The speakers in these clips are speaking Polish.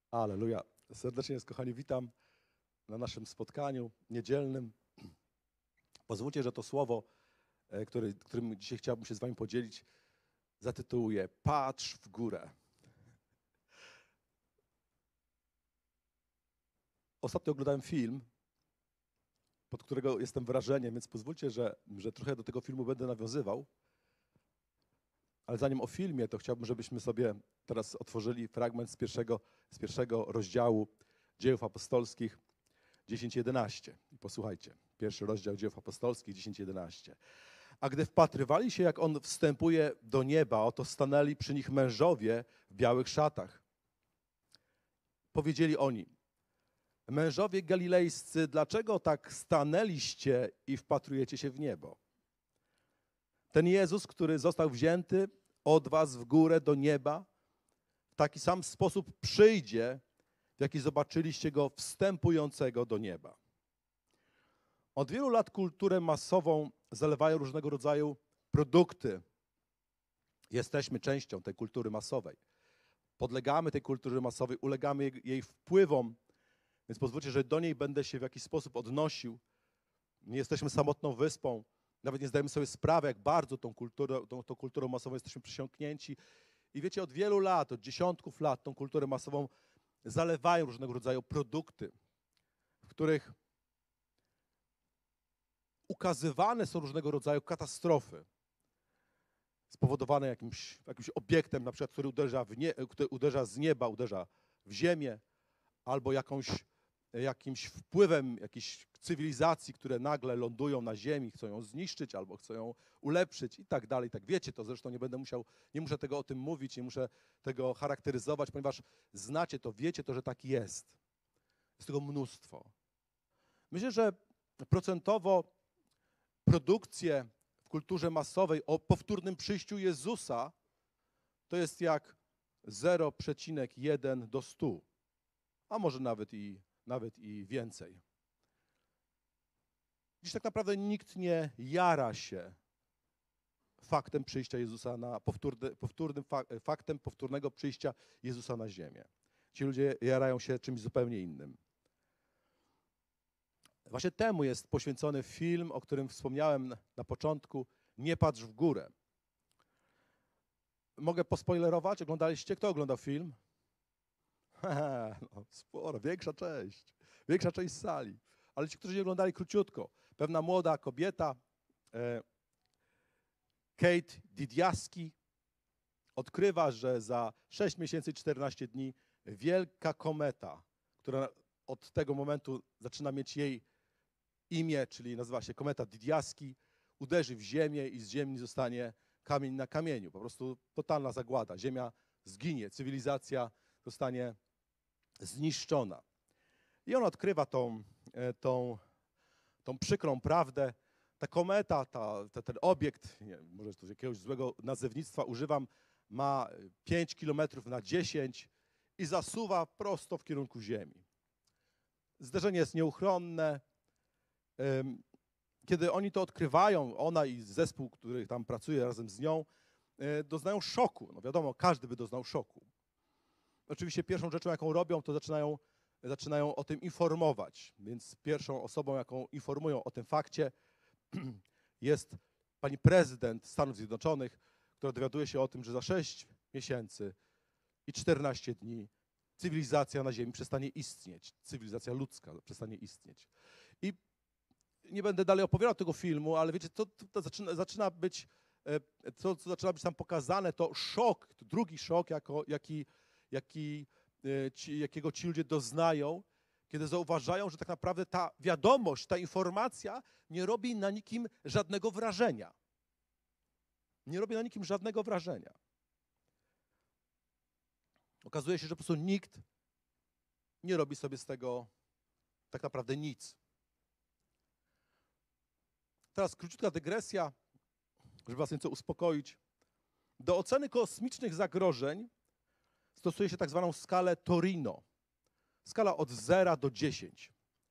Alleluja. Serdecznie jest, kochani, witam na naszym spotkaniu niedzielnym. Pozwólcie, że to słowo, którym dzisiaj chciałbym się z wami podzielić, zatytułuję Patrz w górę. Ostatnio oglądałem film, pod którego jestem wrażeniem, więc pozwólcie, że trochę do tego filmu będę nawiązywał. Ale zanim o filmie, to chciałbym, żebyśmy sobie teraz otworzyli fragment z pierwszego rozdziału Dziejów Apostolskich 10:11. I posłuchajcie, pierwszy rozdział Dziejów Apostolskich 10:11. A gdy wpatrywali się, jak on wstępuje do nieba, oto stanęli przy nich mężowie w białych szatach. Powiedzieli oni: mężowie galilejscy, dlaczego tak stanęliście i wpatrujecie się w niebo? Ten Jezus, który został wzięty od was w górę do nieba, w taki sam sposób przyjdzie, w jaki zobaczyliście go wstępującego do nieba. Od wielu lat kulturę masową zalewają różnego rodzaju produkty. Jesteśmy częścią tej kultury masowej. Podlegamy tej kulturze masowej, ulegamy jej wpływom, więc pozwólcie, że do niej będę się w jakiś sposób odnosił. Nie jesteśmy samotną wyspą. Nawet nie zdajemy sobie sprawy, jak bardzo tą kulturą masową jesteśmy przesiąknięci. I wiecie, od wielu lat, od dziesiątków lat tą kulturę masową zalewają różnego rodzaju produkty, w których ukazywane są różnego rodzaju katastrofy spowodowane jakimś obiektem, na przykład, który uderza z nieba, uderza w ziemię, albo jakimś wpływem jakiejś cywilizacji, które nagle lądują na ziemi, chcą ją zniszczyć albo chcą ją ulepszyć i tak dalej. Tak wiecie to, zresztą nie muszę tego o tym mówić, nie muszę tego charakteryzować, ponieważ znacie to, wiecie to, że tak jest. Jest tego mnóstwo. Myślę, że procentowo produkcje w kulturze masowej o powtórnym przyjściu Jezusa to jest jak 0,1 do 100, a może nawet i więcej. Dziś tak naprawdę nikt nie jara się faktem przyjścia Jezusa faktem powtórnego przyjścia Jezusa na ziemię. Ci ludzie jarają się czymś zupełnie innym. Właśnie temu jest poświęcony film, o którym wspomniałem na początku, Nie patrz w górę. Mogę pospoilerować? Oglądaliście? Kto oglądał film? No, sporo, większa część sali. Ale ci, którzy nie oglądali, króciutko. Pewna młoda kobieta, Kate Didiaski, odkrywa, że za 6 miesięcy i 14 dni wielka kometa, która od tego momentu zaczyna mieć jej imię, czyli nazywa się kometa Didiaski, uderzy w ziemię i z ziemi zostanie kamień na kamieniu. Po prostu totalna zagłada. Ziemia zginie, cywilizacja zostanie zniszczona. I on odkrywa tą przykrą prawdę. Ta kometa, ten obiekt, nie, może tu jakiegoś złego nazewnictwa używam, ma 5 kilometrów na 10 i zasuwa prosto w kierunku Ziemi. Zderzenie jest nieuchronne. Kiedy oni to odkrywają, ona i zespół, który tam pracuje razem z nią, doznają szoku. No wiadomo, każdy by doznał szoku. Oczywiście pierwszą rzeczą, jaką robią, to zaczynają o tym informować. Więc pierwszą osobą, jaką informują o tym fakcie, jest pani prezydent Stanów Zjednoczonych, która dowiaduje się o tym, że za 6 miesięcy i 14 dni cywilizacja na Ziemi przestanie istnieć. Cywilizacja ludzka przestanie istnieć. I nie będę dalej opowiadał tego filmu, ale wiecie, to zaczyna być tam pokazane, to szok, to drugi szok, jakiego ci ludzie doznają, kiedy zauważają, że tak naprawdę ta wiadomość, ta informacja nie robi na nikim żadnego wrażenia. Nie robi na nikim żadnego wrażenia. Okazuje się, że po prostu nikt nie robi sobie z tego tak naprawdę nic. Teraz króciutka dygresja, żeby was nieco uspokoić. Do oceny kosmicznych zagrożeń stosuje się tak zwaną skalę Torino. Skala od 0 do 10.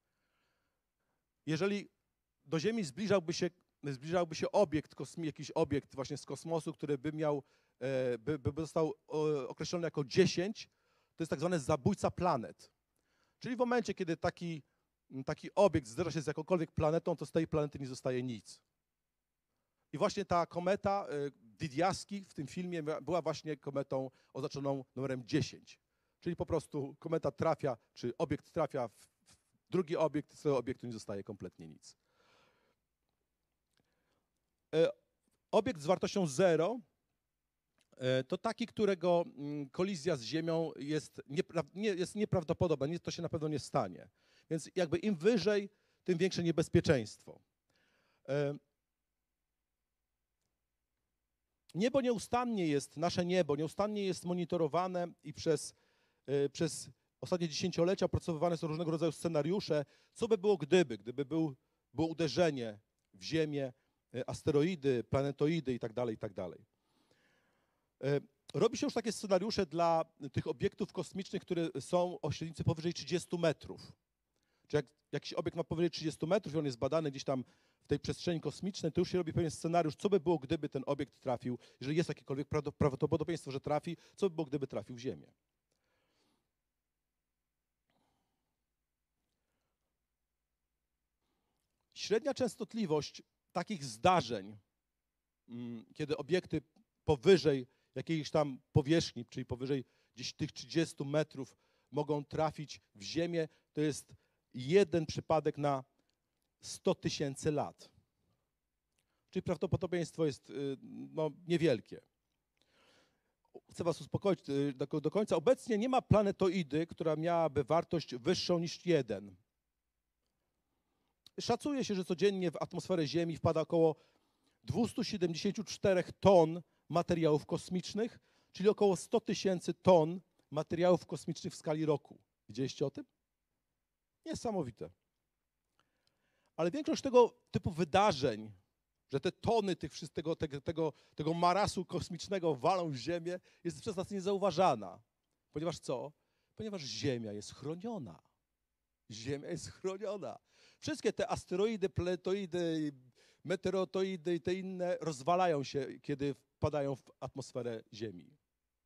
Jeżeli do Ziemi zbliżałby się jakiś obiekt właśnie z kosmosu, który by został określony jako 10, to jest tak zwany zabójca planet. Czyli w momencie, kiedy taki obiekt zderza się z jakąkolwiek planetą, to z tej planety nie zostaje nic. I właśnie ta kometa Didiaski w tym filmie była właśnie kometą oznaczoną numerem 10. Czyli po prostu kometa trafia, czy obiekt trafia w drugi obiekt, z tego obiektu nie zostaje kompletnie nic. Obiekt z wartością 0 to taki, którego kolizja z Ziemią jest nieprawdopodobna, to się na pewno nie stanie. Więc jakby im wyżej, tym większe niebezpieczeństwo. Niebo nieustannie jest, nasze niebo nieustannie jest monitorowane i przez ostatnie dziesięciolecia opracowywane są różnego rodzaju scenariusze, co by było gdyby było uderzenie w Ziemię, asteroidy, planetoidy itd., itd. Robi się już takie scenariusze dla tych obiektów kosmicznych, które są o średnicy powyżej 30 metrów. Czy jak jakiś obiekt ma powyżej 30 metrów i on jest badany gdzieś tam w tej przestrzeni kosmicznej, to już się robi pewien scenariusz, co by było, gdyby ten obiekt trafił, jeżeli jest jakiekolwiek prawdopodobieństwo, że trafi, co by było, gdyby trafił w Ziemię. Średnia częstotliwość takich zdarzeń, kiedy obiekty powyżej jakiejś tam powierzchni, czyli powyżej gdzieś tych 30 metrów mogą trafić w Ziemię, to jest 1 przypadek na 100 000 lat. Czyli prawdopodobieństwo jest niewielkie. Chcę was uspokoić do końca. Obecnie nie ma planetoidy, która miałaby wartość wyższą niż 1. Szacuje się, że codziennie w atmosferę Ziemi wpada około 274 ton materiałów kosmicznych, czyli około 100 000 ton materiałów kosmicznych w skali roku. Widzieliście o tym? Niesamowite. Ale większość tego typu wydarzeń, że te tony tego marasu kosmicznego walą w Ziemię, jest przez nas niezauważana. Ponieważ co? Ponieważ Ziemia jest chroniona. Ziemia jest chroniona. Wszystkie te asteroidy, planetoidy, meteorotoidy i te inne rozwalają się, kiedy wpadają w atmosferę Ziemi.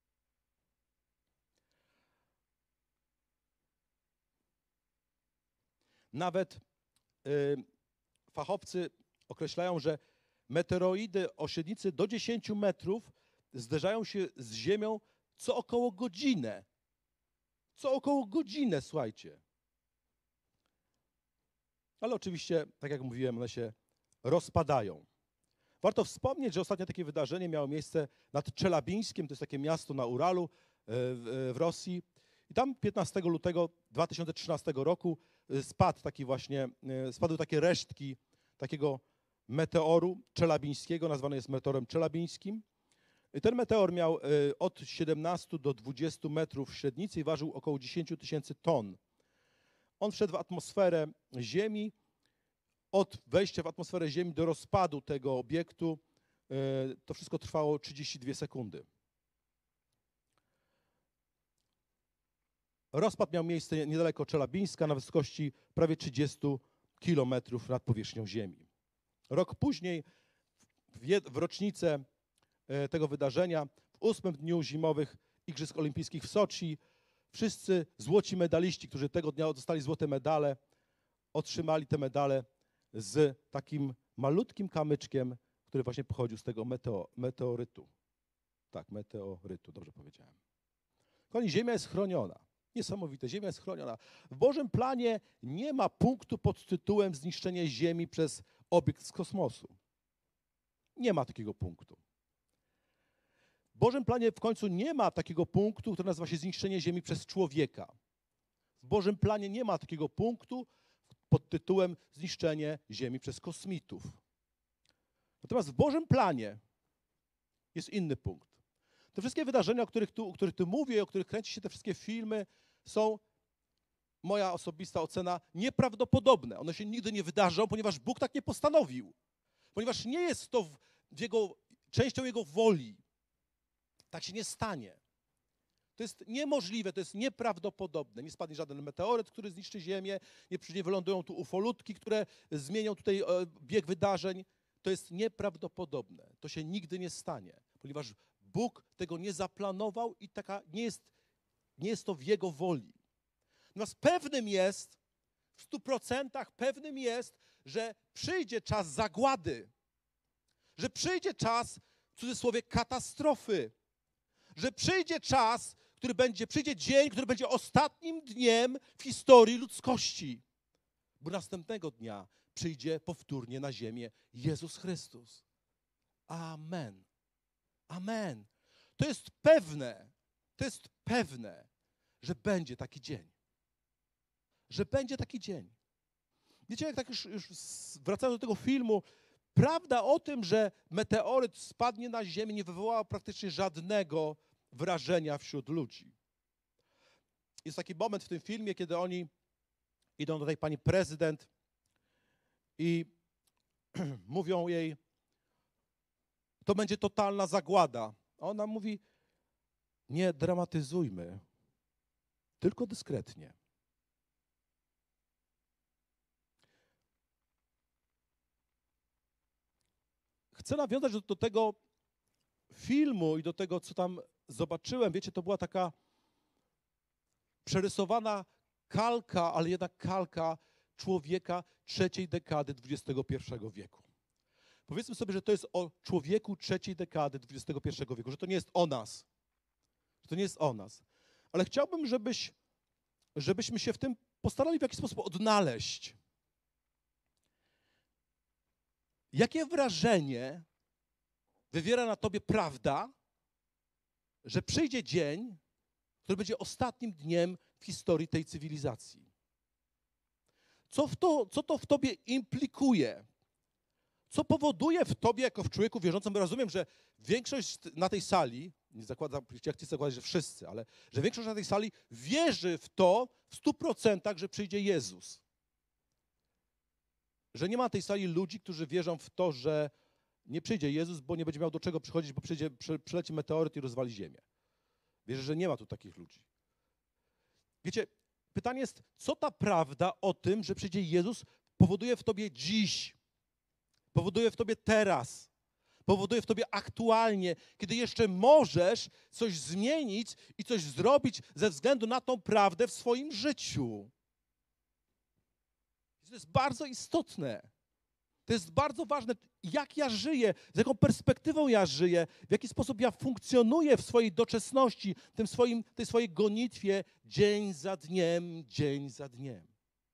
Nawet fachowcy określają, że meteoroidy o średnicy do 10 metrów zderzają się z Ziemią co około godzinę. Co około godzinę, słuchajcie. Ale oczywiście, tak jak mówiłem, one się rozpadają. Warto wspomnieć, że ostatnie takie wydarzenie miało miejsce nad Czelabińskiem, to jest takie miasto na Uralu w Rosji. I tam 15 lutego 2013 roku spadły takie resztki takiego meteoru czelabińskiego, nazwany jest meteorem czelabińskim. I ten meteor miał od 17 do 20 metrów średnicy i ważył około 10 000 ton. On wszedł w atmosferę Ziemi. Od wejścia w atmosferę Ziemi do rozpadu tego obiektu to wszystko trwało 32 sekundy. Rozpad miał miejsce niedaleko Czelabińska na wysokości prawie 30 kilometrów nad powierzchnią Ziemi. Rok później, w rocznicę tego wydarzenia, w 8. dniu zimowych Igrzysk Olimpijskich w Soczi, wszyscy złoci medaliści, którzy tego dnia dostali złote medale, otrzymali te medale z takim malutkim kamyczkiem, który właśnie pochodził z tego meteorytu. Tak, meteorytu, dobrze powiedziałem. Kochani, Ziemia jest chroniona. Niesamowite, Ziemia jest chroniona. W Bożym planie nie ma punktu pod tytułem zniszczenie Ziemi przez obiekt z kosmosu. Nie ma takiego punktu. W Bożym planie w końcu nie ma takiego punktu, który nazywa się zniszczenie Ziemi przez człowieka. W Bożym planie nie ma takiego punktu pod tytułem zniszczenie Ziemi przez kosmitów. Natomiast w Bożym planie jest inny punkt. Te wszystkie wydarzenia, o których tu mówię, o których kręci się te wszystkie filmy, są, moja osobista ocena, nieprawdopodobne. One się nigdy nie wydarzą, ponieważ Bóg tak nie postanowił. Ponieważ nie jest to częścią Jego woli. Tak się nie stanie. To jest niemożliwe, to jest nieprawdopodobne. Nie spadnie żaden meteoryt, który zniszczy Ziemię, nie wylądują tu ufolutki, które zmienią tutaj bieg wydarzeń. To jest nieprawdopodobne. To się nigdy nie stanie, ponieważ Bóg tego nie zaplanował i taka Nie jest to w Jego woli. Natomiast pewnym jest, w 100% pewnym jest, że przyjdzie czas zagłady, że przyjdzie czas, w cudzysłowie, katastrofy, że przyjdzie czas, przyjdzie dzień, który będzie ostatnim dniem w historii ludzkości, bo następnego dnia przyjdzie powtórnie na ziemię Jezus Chrystus. Amen. Amen. To jest pewne, że będzie taki dzień. Że będzie taki dzień. Wiecie, jak tak już wracając do tego filmu, prawda o tym, że meteoryt spadnie na ziemię, nie wywołała praktycznie żadnego wrażenia wśród ludzi. Jest taki moment w tym filmie, kiedy oni idą do tej pani prezydent i mówią jej, to będzie totalna zagłada. A ona mówi, nie dramatyzujmy, tylko dyskretnie. Chcę nawiązać do tego filmu i do tego, co tam zobaczyłem. Wiecie, to była taka przerysowana kalka, ale jednak kalka człowieka trzeciej dekady XXI wieku. Powiedzmy sobie, że to jest o człowieku trzeciej dekady XXI wieku, że to nie jest o nas. Że to nie jest o nas. Ale chciałbym, żebyśmy się w tym postarali w jakiś sposób odnaleźć. Jakie wrażenie wywiera na tobie prawda, że przyjdzie dzień, który będzie ostatnim dniem w historii tej cywilizacji? Co to w tobie implikuje? Co powoduje w tobie, jako w człowieku wierzącym? Rozumiem, że większość na tej sali, nie chcę zakładać, że wszyscy, ale że większość na tej sali wierzy w to w 100%, że przyjdzie Jezus. Że nie ma na tej sali ludzi, którzy wierzą w to, że nie przyjdzie Jezus, bo nie będzie miał do czego przychodzić, bo przyleci meteoryt i rozwali ziemię. Wierzę, że nie ma tu takich ludzi. Wiecie, pytanie jest, co ta prawda o tym, że przyjdzie Jezus, powoduje w tobie dziś, powoduje w tobie teraz, powoduje w tobie aktualnie, kiedy jeszcze możesz coś zmienić i coś zrobić ze względu na tą prawdę w swoim życiu. To jest bardzo istotne. To jest bardzo ważne, jak ja żyję, z jaką perspektywą ja żyję, w jaki sposób ja funkcjonuję w swojej doczesności, tej swojej gonitwie dzień za dniem, dzień za dniem.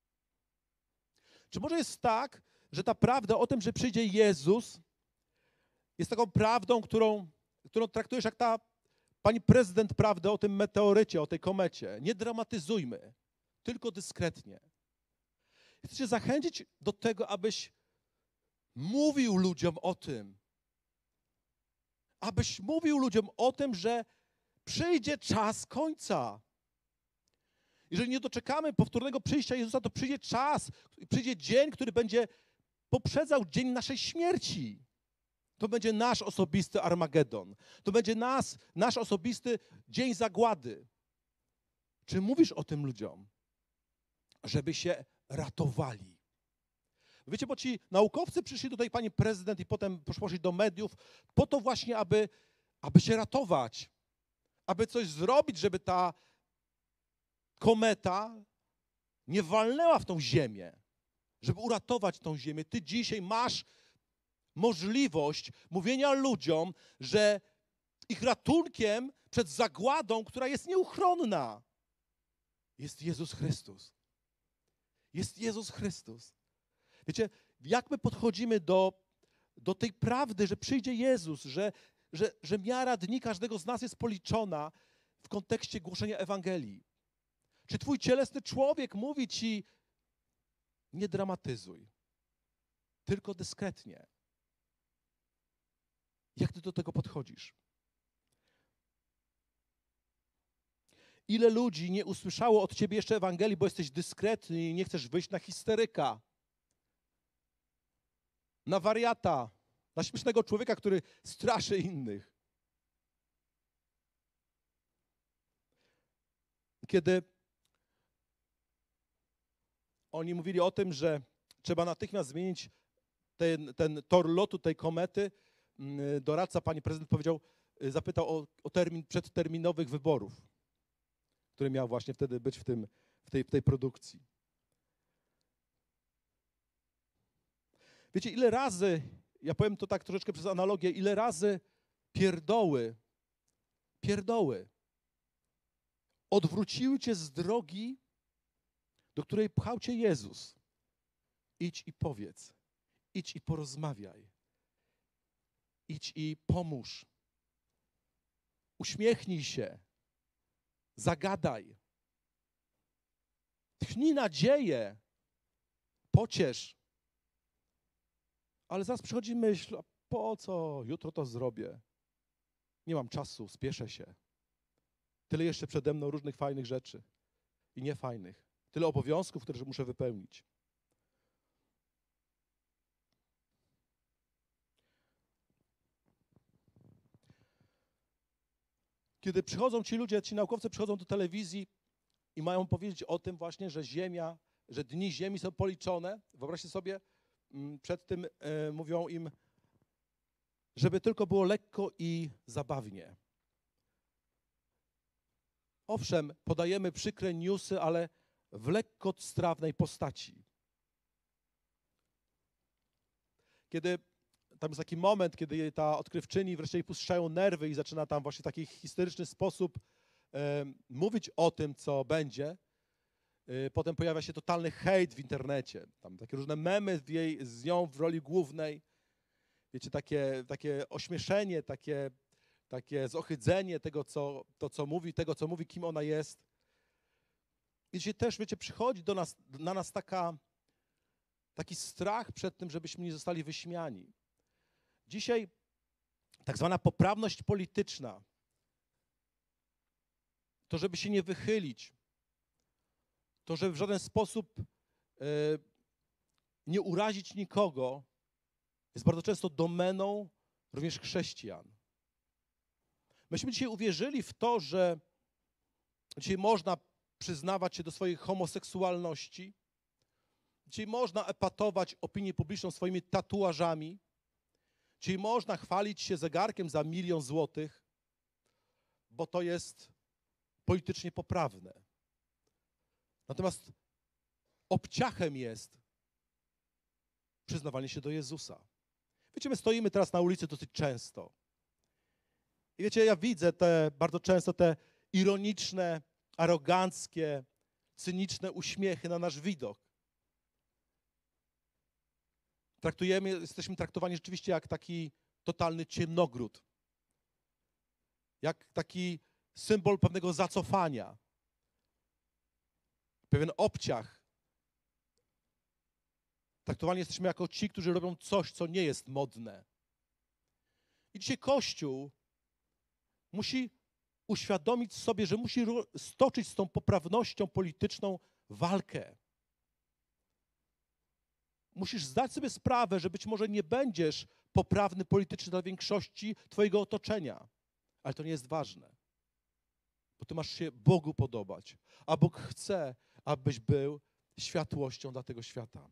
Czy może jest tak, że ta prawda o tym, że przyjdzie Jezus, jest taką prawdą, którą traktujesz jak ta pani prezydent prawdę o tym meteorycie, o tej komecie? Nie dramatyzujmy, tylko dyskretnie. Chcę cię zachęcić do tego, abyś mówił ludziom o tym. Abyś mówił ludziom o tym, że przyjdzie czas końca. Jeżeli nie doczekamy powtórnego przyjścia Jezusa, to przyjdzie czas, przyjdzie dzień, który będzie poprzedzał dzień naszej śmierci. To będzie nasz osobisty Armagedon. To będzie nasz osobisty dzień zagłady. Czy mówisz o tym ludziom, żeby się ratowali? Wiecie, bo ci naukowcy przyszli do tej pani prezydent i potem poszli do mediów po to właśnie, aby się ratować, aby coś zrobić, żeby ta kometa nie walnęła w tą ziemię, żeby uratować tą ziemię. Ty dzisiaj masz możliwość mówienia ludziom, że ich ratunkiem przed zagładą, która jest nieuchronna, jest Jezus Chrystus. Jest Jezus Chrystus. Wiecie, jak my podchodzimy do tej prawdy, że przyjdzie Jezus, że miara dni każdego z nas jest policzona w kontekście głoszenia Ewangelii? Czy twój cielesny człowiek mówi ci, nie dramatyzuj, tylko dyskretnie? Jak ty do tego podchodzisz? Ile ludzi nie usłyszało od ciebie jeszcze Ewangelii, bo jesteś dyskretny i nie chcesz wyjść na histeryka, na wariata, na śmiesznego człowieka, który straszy innych. Kiedy oni mówili o tym, że trzeba natychmiast zmienić ten tor lotu tej komety, doradca pani prezydent zapytał o termin przedterminowych wyborów. który miał właśnie wtedy być w tej produkcji. Wiecie, ile razy, ja powiem to tak troszeczkę przez analogię, ile razy pierdoły odwróciły cię z drogi, do której pchał cię Jezus. Idź i powiedz, idź i porozmawiaj, idź i pomóż, uśmiechnij się, zagadaj, tchnij nadzieję, pociesz. Ale zaraz przychodzi myśl, a po co, jutro to zrobię, nie mam czasu, spieszę się. Tyle jeszcze przede mną różnych fajnych rzeczy i niefajnych. Tyle obowiązków, które muszę wypełnić. Kiedy przychodzą ci ludzie, ci naukowcy przychodzą do telewizji i mają powiedzieć o tym właśnie, że Ziemia, że dni Ziemi są policzone, wyobraźcie sobie, przed tym mówią im, żeby tylko było lekko i zabawnie. Owszem, podajemy przykre newsy, ale w lekko strawnej postaci. Kiedy tam jest taki moment, kiedy ta odkrywczyni wreszcie jej puszczają nerwy i zaczyna tam właśnie w taki historyczny sposób mówić o tym, co będzie. Potem pojawia się totalny hejt w internecie. Tam takie różne memy z nią w roli głównej. Wiecie, takie ośmieszenie, takie zohydzenie tego, co mówi, kim ona jest. I dzisiaj też, wiecie, przychodzi na nas taki strach przed tym, żebyśmy nie zostali wyśmiani. Dzisiaj tak zwana poprawność polityczna, to żeby się nie wychylić, to żeby w żaden sposób nie urazić nikogo, jest bardzo często domeną również chrześcijan. Myśmy dzisiaj uwierzyli w to, że dzisiaj można przyznawać się do swojej homoseksualności, dzisiaj można epatować opinię publiczną swoimi tatuażami, dzisiaj można chwalić się zegarkiem za 1 000 000 złotych, bo to jest politycznie poprawne. Natomiast obciachem jest przyznawanie się do Jezusa. Wiecie, my stoimy teraz na ulicy dosyć często. I wiecie, ja widzę bardzo często te ironiczne, aroganckie, cyniczne uśmiechy na nasz widok. Jesteśmy traktowani rzeczywiście jak taki totalny ciemnogród. Jak taki symbol pewnego zacofania. Pewien obciach. Traktowani jesteśmy jako ci, którzy robią coś, co nie jest modne. I dzisiaj Kościół musi uświadomić sobie, że musi stoczyć z tą poprawnością polityczną walkę. Musisz zdać sobie sprawę, że być może nie będziesz poprawny politycznie dla większości twojego otoczenia, ale to nie jest ważne, bo ty masz się Bogu podobać, a Bóg chce, abyś był światłością dla tego świata.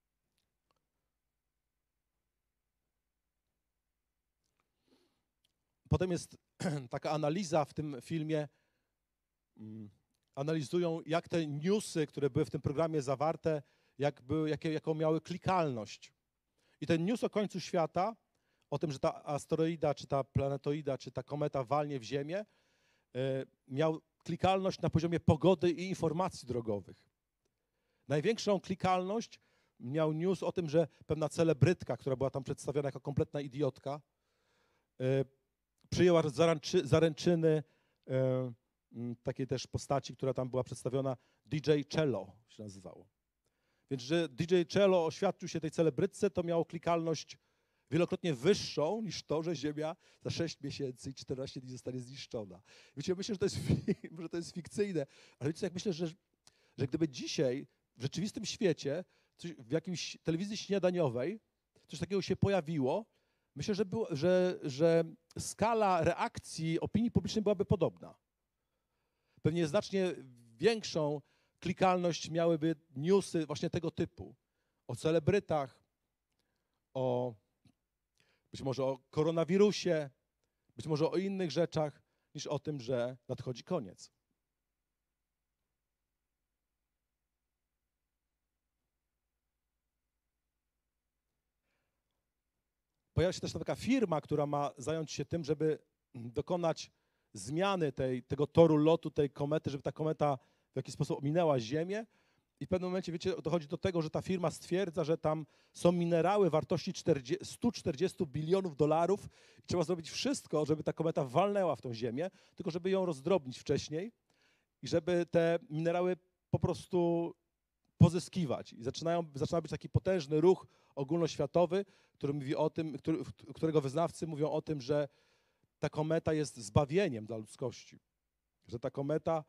Potem jest taka analiza w tym filmie, analizują, jak te newsy, które były w tym programie zawarte, jaką miały klikalność. I ten news o końcu świata, o tym, że ta asteroida, czy ta planetoida, czy ta kometa walnie w Ziemię, miał klikalność na poziomie pogody i informacji drogowych. Największą klikalność miał news o tym, że pewna celebrytka, która była tam przedstawiona jako kompletna idiotka, przyjęła zaręczyny takiej też postaci, która tam była przedstawiona, DJ Cello się nazywało. Więc, że DJ Cello oświadczył się tej celebrytce, to miało klikalność wielokrotnie wyższą niż to, że Ziemia za 6 miesięcy i 14 dni zostanie zniszczona. Wiecie, myślę, że to jest fikcyjne, ale wiecie, jak myślę, że gdyby dzisiaj w rzeczywistym świecie, w jakiejś telewizji śniadaniowej coś takiego się pojawiło, myślę, że skala reakcji opinii publicznej byłaby podobna. Pewnie znacznie większą klikalność miałyby newsy właśnie tego typu. O celebrytach, być może o koronawirusie, być może o innych rzeczach, niż o tym, że nadchodzi koniec. pojawia się też taka firma, która ma zająć się tym, żeby dokonać zmiany tego toru lotu, tej komety, żeby ta kometa w jakiś sposób ominęła Ziemię. I w pewnym momencie, wiecie, dochodzi do tego, że ta firma stwierdza, że tam są minerały wartości 140 bilionów dolarów i trzeba zrobić wszystko, żeby ta kometa walnęła w tą Ziemię, tylko żeby ją rozdrobnić wcześniej i żeby te minerały po prostu pozyskiwać. I zaczyna być taki potężny ruch ogólnoświatowy, który mówi o tym, którego wyznawcy mówią o tym, że ta kometa jest zbawieniem dla ludzkości. Że ta kometa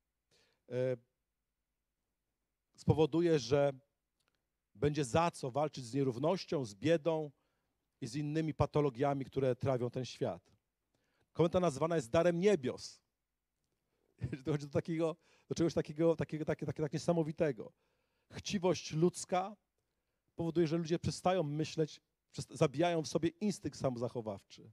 spowoduje, że będzie za co walczyć z nierównością, z biedą i z innymi patologiami, które trawią ten świat. Kometa nazywana jest darem niebios. Dochodzi do czegoś takiego tak niesamowitego. Chciwość ludzka powoduje, że ludzie przestają myśleć, zabijają w sobie instynkt samozachowawczy.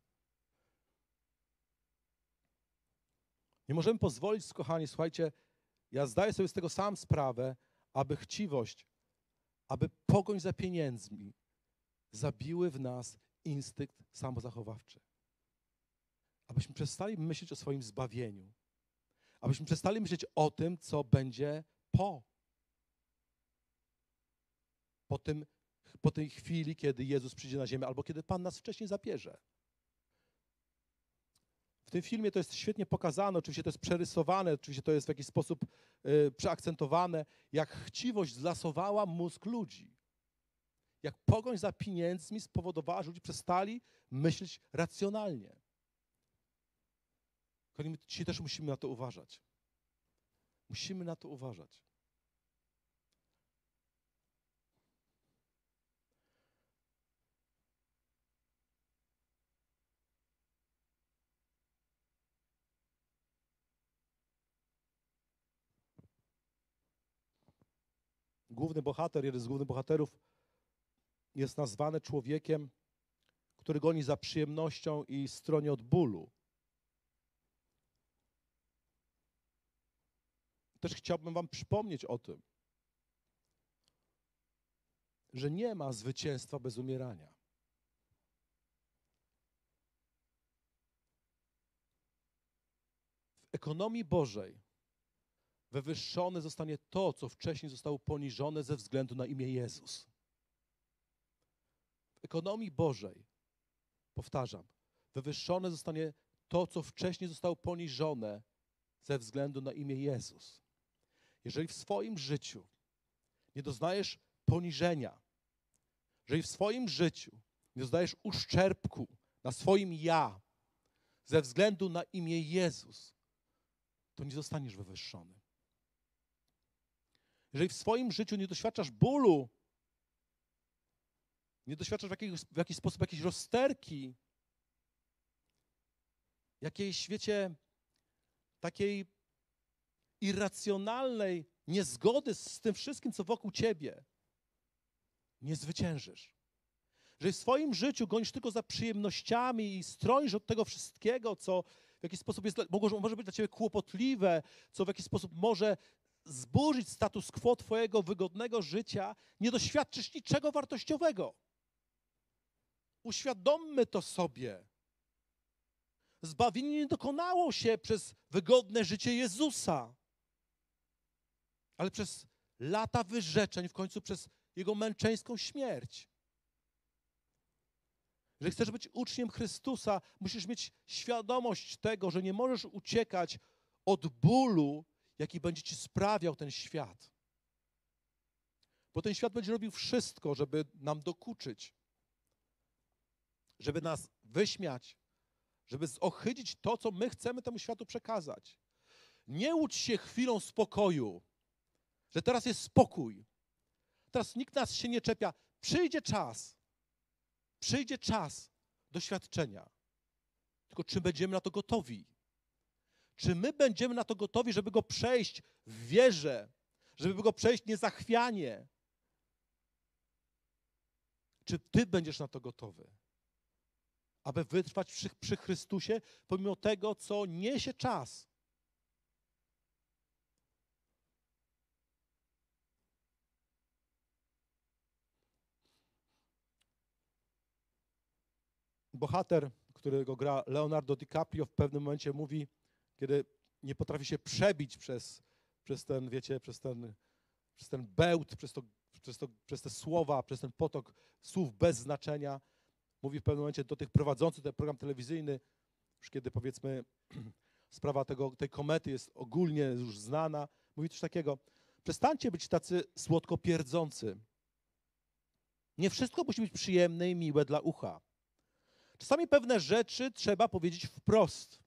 Nie możemy pozwolić, kochani, słuchajcie, ja zdaję sobie z tego sam sprawę, aby chciwość, aby pogoń za pieniędzmi zabiły w nas instynkt samozachowawczy. Abyśmy przestali myśleć o swoim zbawieniu. Abyśmy przestali myśleć o tym, co będzie po tej chwili, kiedy Jezus przyjdzie na ziemię, albo kiedy Pan nas wcześniej zabierze. W tym filmie to jest świetnie pokazane, oczywiście to jest przerysowane, oczywiście to jest w jakiś sposób przeakcentowane, jak chciwość zlasowała mózg ludzi. Jak pogoń za pieniędzmi spowodowała, że ludzie przestali myśleć racjonalnie. My dzisiaj też musimy na to uważać. Musimy na to uważać. Główny bohater, jeden z głównych bohaterów jest nazwany człowiekiem, który goni za przyjemnością i stronie od bólu. Też chciałbym wam przypomnieć o tym, że nie ma zwycięstwa bez umierania. W ekonomii Bożej wywyższone zostanie to, co wcześniej zostało poniżone ze względu na imię Jezus. W ekonomii Bożej, powtarzam, wywyższone zostanie to, co wcześniej zostało poniżone ze względu na imię Jezus. Jeżeli w swoim życiu nie doznajesz poniżenia, jeżeli w swoim życiu nie doznajesz uszczerbku na swoim ja ze względu na imię Jezus, to nie zostaniesz wywyższony. Jeżeli w swoim życiu nie doświadczasz bólu, nie doświadczasz w jakiś sposób jakiejś rozterki, jakiejś, wiecie, takiej irracjonalnej niezgody z tym wszystkim, co wokół ciebie, nie zwyciężysz. Jeżeli w swoim życiu gonisz tylko za przyjemnościami i stronisz od tego wszystkiego, co w jakiś sposób może być dla ciebie kłopotliwe, co w jakiś sposób może zburzyć status quo twojego wygodnego życia, nie doświadczysz niczego wartościowego. Uświadommy to sobie. Zbawienie nie dokonało się przez wygodne życie Jezusa, ale przez lata wyrzeczeń, w końcu przez Jego męczeńską śmierć. Jeżeli chcesz być uczniem Chrystusa, musisz mieć świadomość tego, że nie możesz uciekać od bólu, jaki będzie ci sprawiał ten świat. Bo ten świat będzie robił wszystko, żeby nam dokuczyć, żeby nas wyśmiać, żeby zohydzić to, co my chcemy temu światu przekazać. Nie łudź się chwilą spokoju, że teraz jest spokój. Teraz nikt nas się nie czepia. Przyjdzie czas doświadczenia. Tylko czy będziemy na to gotowi? Czy my będziemy na to gotowi, żeby go przejść w wierze, żeby go przejść niezachwianie? Czy ty będziesz na to gotowy? Aby wytrwać przy Chrystusie, pomimo tego, co niesie czas. bohater, którego gra Leonardo DiCaprio, w pewnym momencie mówi, kiedy nie potrafi się przebić przez ten, wiecie, przez ten bełt, przez te słowa, przez ten potok słów bez znaczenia. Mówi w pewnym momencie do tych prowadzących ten program telewizyjny, już kiedy powiedzmy sprawa tej komety jest ogólnie już znana, mówi coś takiego: przestańcie być tacy słodko pierdzący. Nie wszystko musi być przyjemne i miłe dla ucha. Czasami pewne rzeczy trzeba powiedzieć wprost.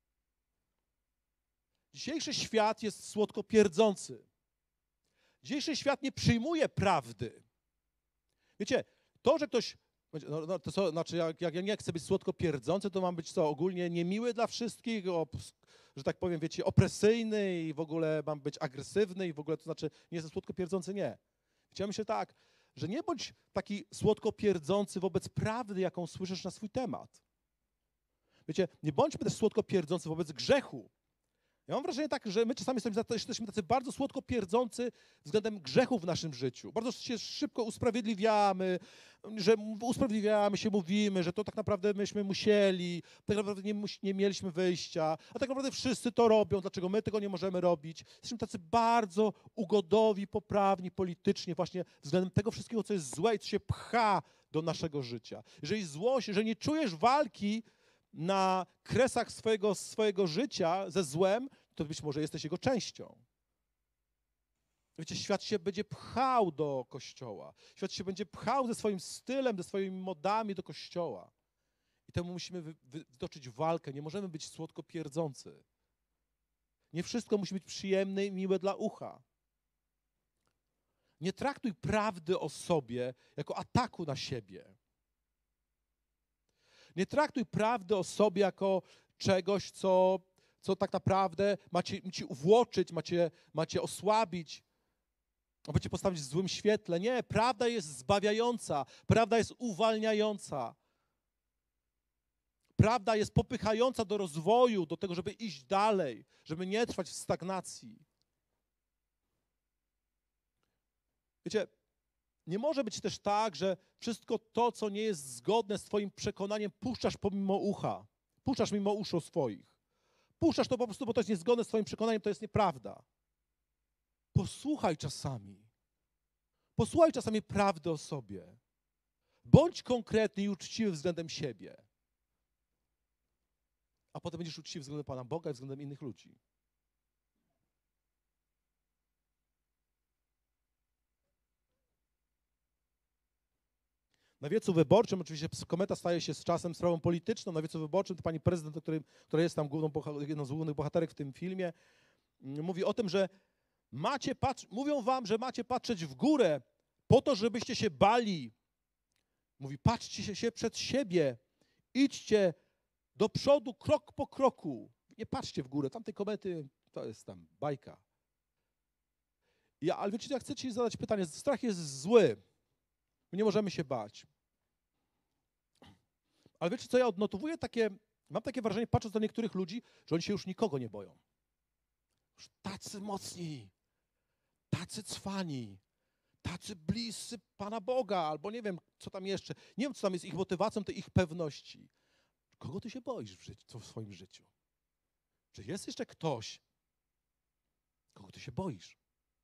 Dzisiejszy świat jest słodko pierdzący. Dzisiejszy świat nie przyjmuje prawdy. Wiecie, to, że ktoś, to co, znaczy jak ja nie chcę być słodko pierdzący, to mam być co, ogólnie niemiły dla wszystkich, że tak powiem, wiecie, opresyjny i w ogóle mam być agresywny i w ogóle, to znaczy nie jestem słodko pierdzący, nie. Wiecie, ja myślę tak, że nie bądź taki słodko pierdzący wobec prawdy, jaką słyszysz na swój temat. Wiecie, nie bądźmy też słodko pierdzący wobec grzechu. Ja mam wrażenie tak, że my czasami jesteśmy tacy bardzo słodko pierdzący względem grzechu w naszym życiu. Bardzo się szybko usprawiedliwiamy, się, mówimy, że to tak naprawdę myśmy musieli, tak naprawdę nie mieliśmy wyjścia, a tak naprawdę wszyscy to robią, dlaczego my tego nie możemy robić. Jesteśmy tacy bardzo ugodowi, poprawni politycznie właśnie względem tego wszystkiego, co jest złe i co się pcha do naszego życia. Jeżeli złość, że nie czujesz walki na kresach swojego życia ze złem, to być może jesteś jego częścią. Wiecie, świat się będzie pchał do kościoła. Świat się będzie pchał ze swoim stylem, ze swoimi modami do kościoła. I temu musimy wytoczyć walkę. Nie możemy być słodko pierdzący. Nie wszystko musi być przyjemne i miłe dla ucha. Nie traktuj prawdy o sobie jako ataku na siebie. Nie traktuj prawdy o sobie jako czegoś, co tak naprawdę macie ci uwłoczyć, macie osłabić, macie postawić w złym świetle. Nie, prawda jest zbawiająca, prawda jest uwalniająca. Prawda jest popychająca do rozwoju, do tego, żeby iść dalej, żeby nie trwać w stagnacji. Wiecie, nie może być też tak, że wszystko to, co nie jest zgodne z twoim przekonaniem, puszczasz pomimo ucha. Puszczasz mimo uszu swoich. Puszczasz to po prostu, bo to jest niezgodne z twoim przekonaniem, to jest nieprawda. Posłuchaj czasami. Posłuchaj czasami prawdy o sobie. Bądź konkretny i uczciwy względem siebie. A potem będziesz uczciwy względem Pana Boga i względem innych ludzi. Na wiecu wyborczym, oczywiście kometa staje się z czasem sprawą polityczną, na wiecu wyborczym to pani prezydent, która jest tam jedną z głównych bohaterek w tym filmie, mówi o tym, że mówią wam, że macie patrzeć w górę po to, żebyście się bali. Mówi, patrzcie się przed siebie, idźcie do przodu krok po kroku. Nie patrzcie w górę, tamtej komety to jest tam bajka. Ale wiecie, ja chcę ci zadać pytanie, strach jest zły. My nie możemy się bać. Ale wiecie co, ja odnotowuję mam takie wrażenie, patrząc na niektórych ludzi, że oni się już nikogo nie boją. Już tacy mocni, tacy cwani, tacy bliscy Pana Boga, albo nie wiem, co tam jeszcze. Nie wiem, co tam jest ich motywacją, tej ich pewności. Kogo ty się boisz w swoim życiu? Czy jest jeszcze ktoś, kogo ty się boisz?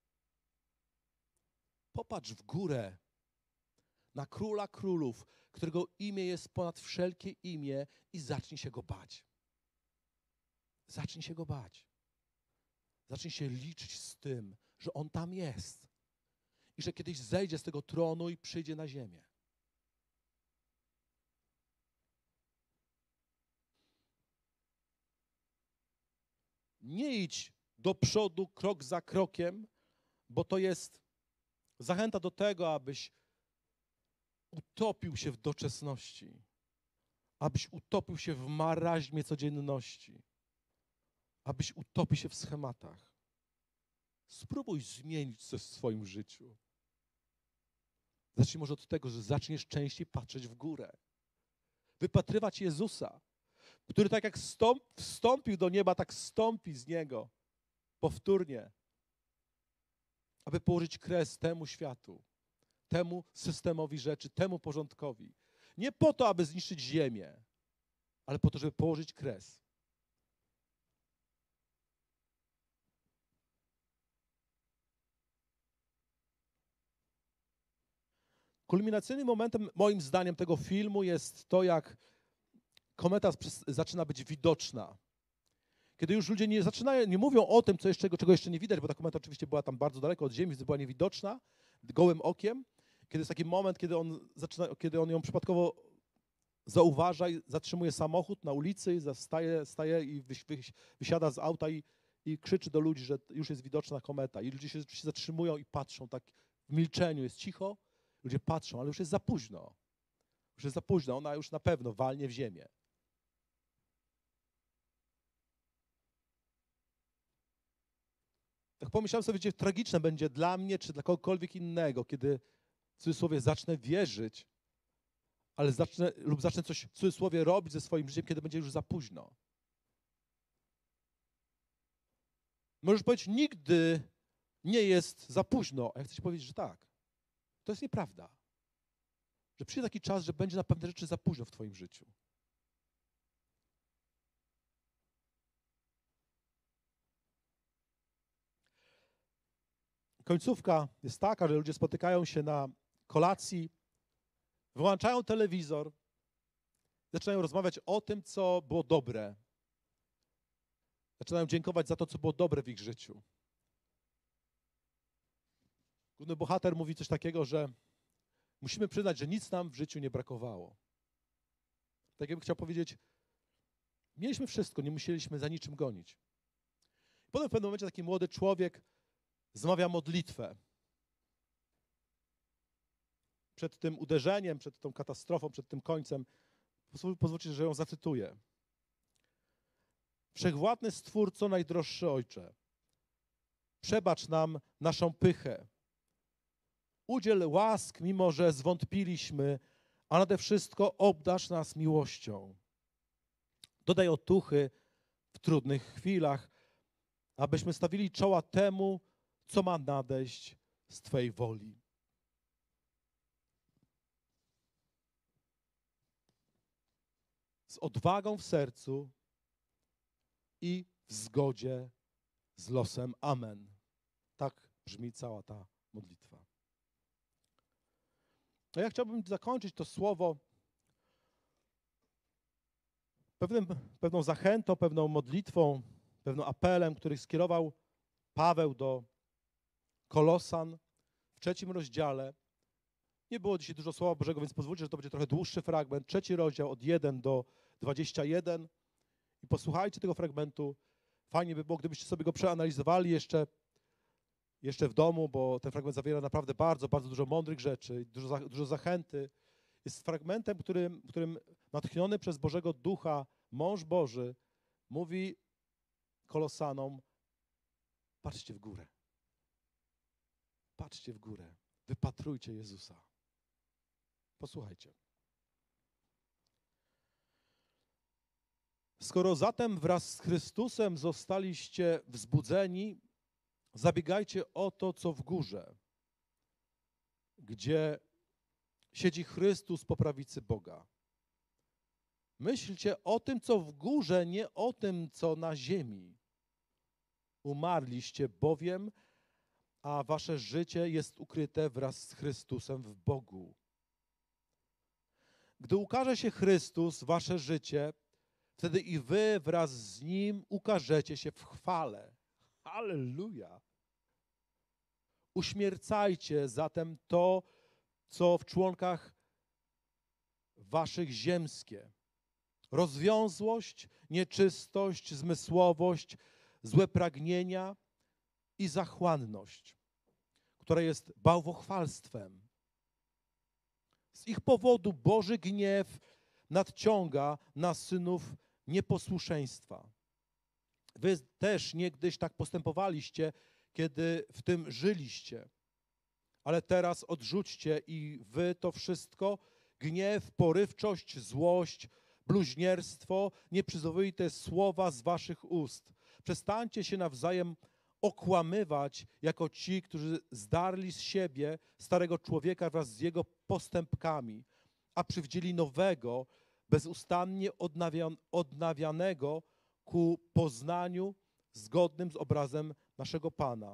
Popatrz w górę na Króla Królów, którego imię jest ponad wszelkie imię i zacznij się Go bać. Zacznij się Go bać. Zacznij się liczyć z tym, że On tam jest i że kiedyś zejdzie z tego tronu i przyjdzie na ziemię. Nie idź do przodu krok za krokiem, bo to jest zachęta do tego, abyś utopił się w doczesności, abyś utopił się w maraźmie codzienności, abyś utopił się w schematach. Spróbuj zmienić coś w swoim życiu. Zacznij może od tego, że zaczniesz częściej patrzeć w górę. Wypatrywać Jezusa, który tak jak wstąpił do nieba, tak zstąpi z Niego powtórnie, aby położyć kres temu światu, temu systemowi rzeczy, temu porządkowi. Nie po to, aby zniszczyć ziemię, ale po to, żeby położyć kres. Kulminacyjnym momentem, moim zdaniem, tego filmu jest to, jak kometa zaczyna być widoczna. Kiedy już ludzie nie mówią o tym, czego jeszcze nie widać, bo ta kometa oczywiście była tam bardzo daleko od Ziemi, więc była niewidoczna gołym okiem. Kiedy jest taki moment, kiedy on ją przypadkowo zauważa i zatrzymuje samochód na ulicy, i staje i wysiada z auta i krzyczy do ludzi, że już jest widoczna kometa. I ludzie się zatrzymują i patrzą tak w milczeniu, jest cicho, ludzie patrzą, ale już jest za późno. Już jest za późno, ona już na pewno walnie w ziemię. Tak pomyślałem sobie, że tragiczne będzie dla mnie, czy dla kogokolwiek innego, kiedy w cudzysłowie zacznę wierzyć, ale zacznę coś w cudzysłowie robić ze swoim życiem, kiedy będzie już za późno. Możesz powiedzieć, nigdy nie jest za późno, a ja chcę ci powiedzieć, że tak. To jest nieprawda. Że przyjdzie taki czas, że będzie na pewne rzeczy za późno w twoim życiu. Końcówka jest taka, że ludzie spotykają się na kolacji, wyłączają telewizor, zaczynają rozmawiać o tym, co było dobre. Zaczynają dziękować za to, co było dobre w ich życiu. Główny bohater mówi coś takiego, że musimy przyznać, że nic nam w życiu nie brakowało. Tak jakby chciał powiedzieć, mieliśmy wszystko, nie musieliśmy za niczym gonić. Potem w pewnym momencie taki młody człowiek zmawia modlitwę. Przed tym uderzeniem, przed tą katastrofą, przed tym końcem, pozwólcie, że ją zacytuję. Wszechwładny Stwórco, najdroższy Ojcze, przebacz nam naszą pychę. Udziel łask, mimo że zwątpiliśmy, a nade wszystko obdarz nas miłością. Dodaj otuchy w trudnych chwilach, abyśmy stawili czoła temu, co ma nadejść z Twojej woli. Z odwagą w sercu i w zgodzie z losem. Amen. Tak brzmi cała ta modlitwa. A ja chciałbym zakończyć to słowo pewną zachętą, pewną modlitwą, pewnym apelem, który skierował Paweł do Kolosan w 3 rozdziale. Nie było dzisiaj dużo Słowa Bożego, więc pozwólcie, że to będzie trochę dłuższy fragment. 3 rozdział od 1 do 21. I posłuchajcie tego fragmentu. Fajnie by było, gdybyście sobie go przeanalizowali jeszcze w domu, bo ten fragment zawiera naprawdę bardzo, bardzo dużo mądrych rzeczy, dużo zachęty. Jest fragmentem, którym natchniony przez Bożego Ducha mąż Boży mówi Kolosanom: patrzcie w górę. Patrzcie w górę. Wypatrujcie Jezusa. Posłuchajcie. Skoro zatem wraz z Chrystusem zostaliście wzbudzeni, zabiegajcie o to, co w górze, gdzie siedzi Chrystus po prawicy Boga. Myślcie o tym, co w górze, nie o tym, co na ziemi. Umarliście bowiem, a wasze życie jest ukryte wraz z Chrystusem w Bogu. Gdy ukaże się Chrystus, wasze życie, wtedy i wy wraz z Nim ukażecie się w chwale. Halleluja! Uśmiercajcie zatem to, co w członkach waszych ziemskie. Rozwiązłość, nieczystość, zmysłowość, złe pragnienia i zachłanność, która jest bałwochwalstwem. Z ich powodu Boży gniew nadciąga na synów nieposłuszeństwa. Wy też niegdyś tak postępowaliście, kiedy w tym żyliście. Ale teraz odrzućcie i wy to wszystko, gniew, porywczość, złość, bluźnierstwo, nieprzyzwoite słowa z waszych ust. Przestańcie się nawzajem okłamywać jako ci, którzy zdarli z siebie starego człowieka wraz z jego postępkami a przywdzieli nowego, bezustannie odnawianego ku poznaniu zgodnym z obrazem naszego Pana,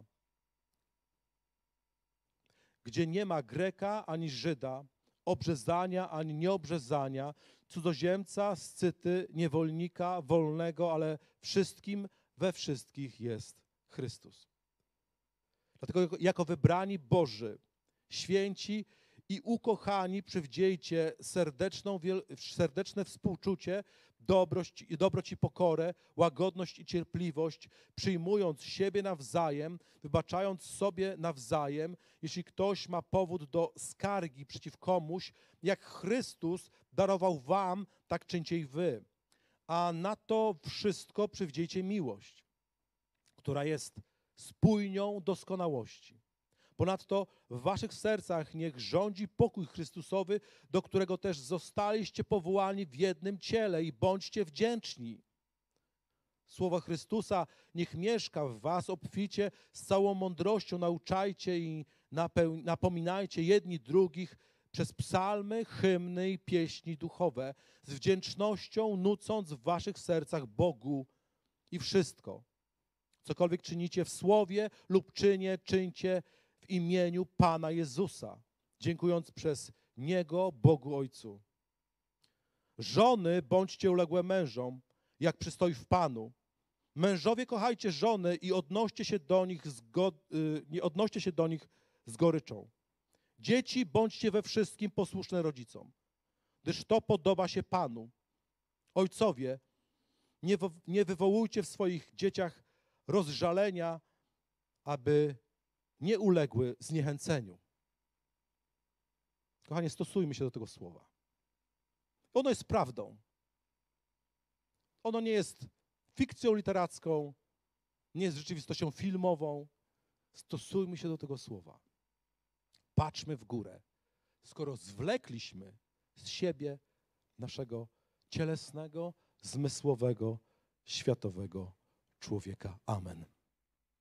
gdzie nie ma Greka ani Żyda, obrzezania ani nieobrzezania, cudzoziemca, Scyty, niewolnika, wolnego, ale wszystkim we wszystkich jest Chrystus. Dlatego jako wybrani Boży, święci i ukochani przywdziejcie serdeczne współczucie, dobroć i pokorę, łagodność i cierpliwość, przyjmując siebie nawzajem, wybaczając sobie nawzajem, jeśli ktoś ma powód do skargi przeciw komuś, jak Chrystus darował wam, tak czyńcie i wy. A na to wszystko przywdziejcie miłość, która jest spójnią doskonałości. Ponadto w waszych sercach niech rządzi pokój Chrystusowy, do którego też zostaliście powołani w jednym ciele i bądźcie wdzięczni. Słowo Chrystusa niech mieszka w was obficie, z całą mądrością nauczajcie i napominajcie jedni drugich przez psalmy, hymny i pieśni duchowe, z wdzięcznością nucąc w waszych sercach Bogu i wszystko. Cokolwiek czynicie w słowie lub czynie, czyńcie w imieniu Pana Jezusa, dziękując przez Niego Bogu Ojcu. Żony, bądźcie uległe mężom, jak przystoi w Panu. Mężowie, kochajcie żony i nie odnoście się do nich z goryczą. Dzieci, bądźcie we wszystkim posłuszne rodzicom, gdyż to podoba się Panu. Ojcowie, nie wywołujcie w swoich dzieciach rozżalenia, aby nie uległy zniechęceniu. Kochanie, stosujmy się do tego słowa. Ono jest prawdą. Ono nie jest fikcją literacką, nie jest rzeczywistością filmową. Stosujmy się do tego słowa. Patrzmy w górę. Skoro zwlekliśmy z siebie naszego cielesnego, zmysłowego, światowego człowieka. Amen.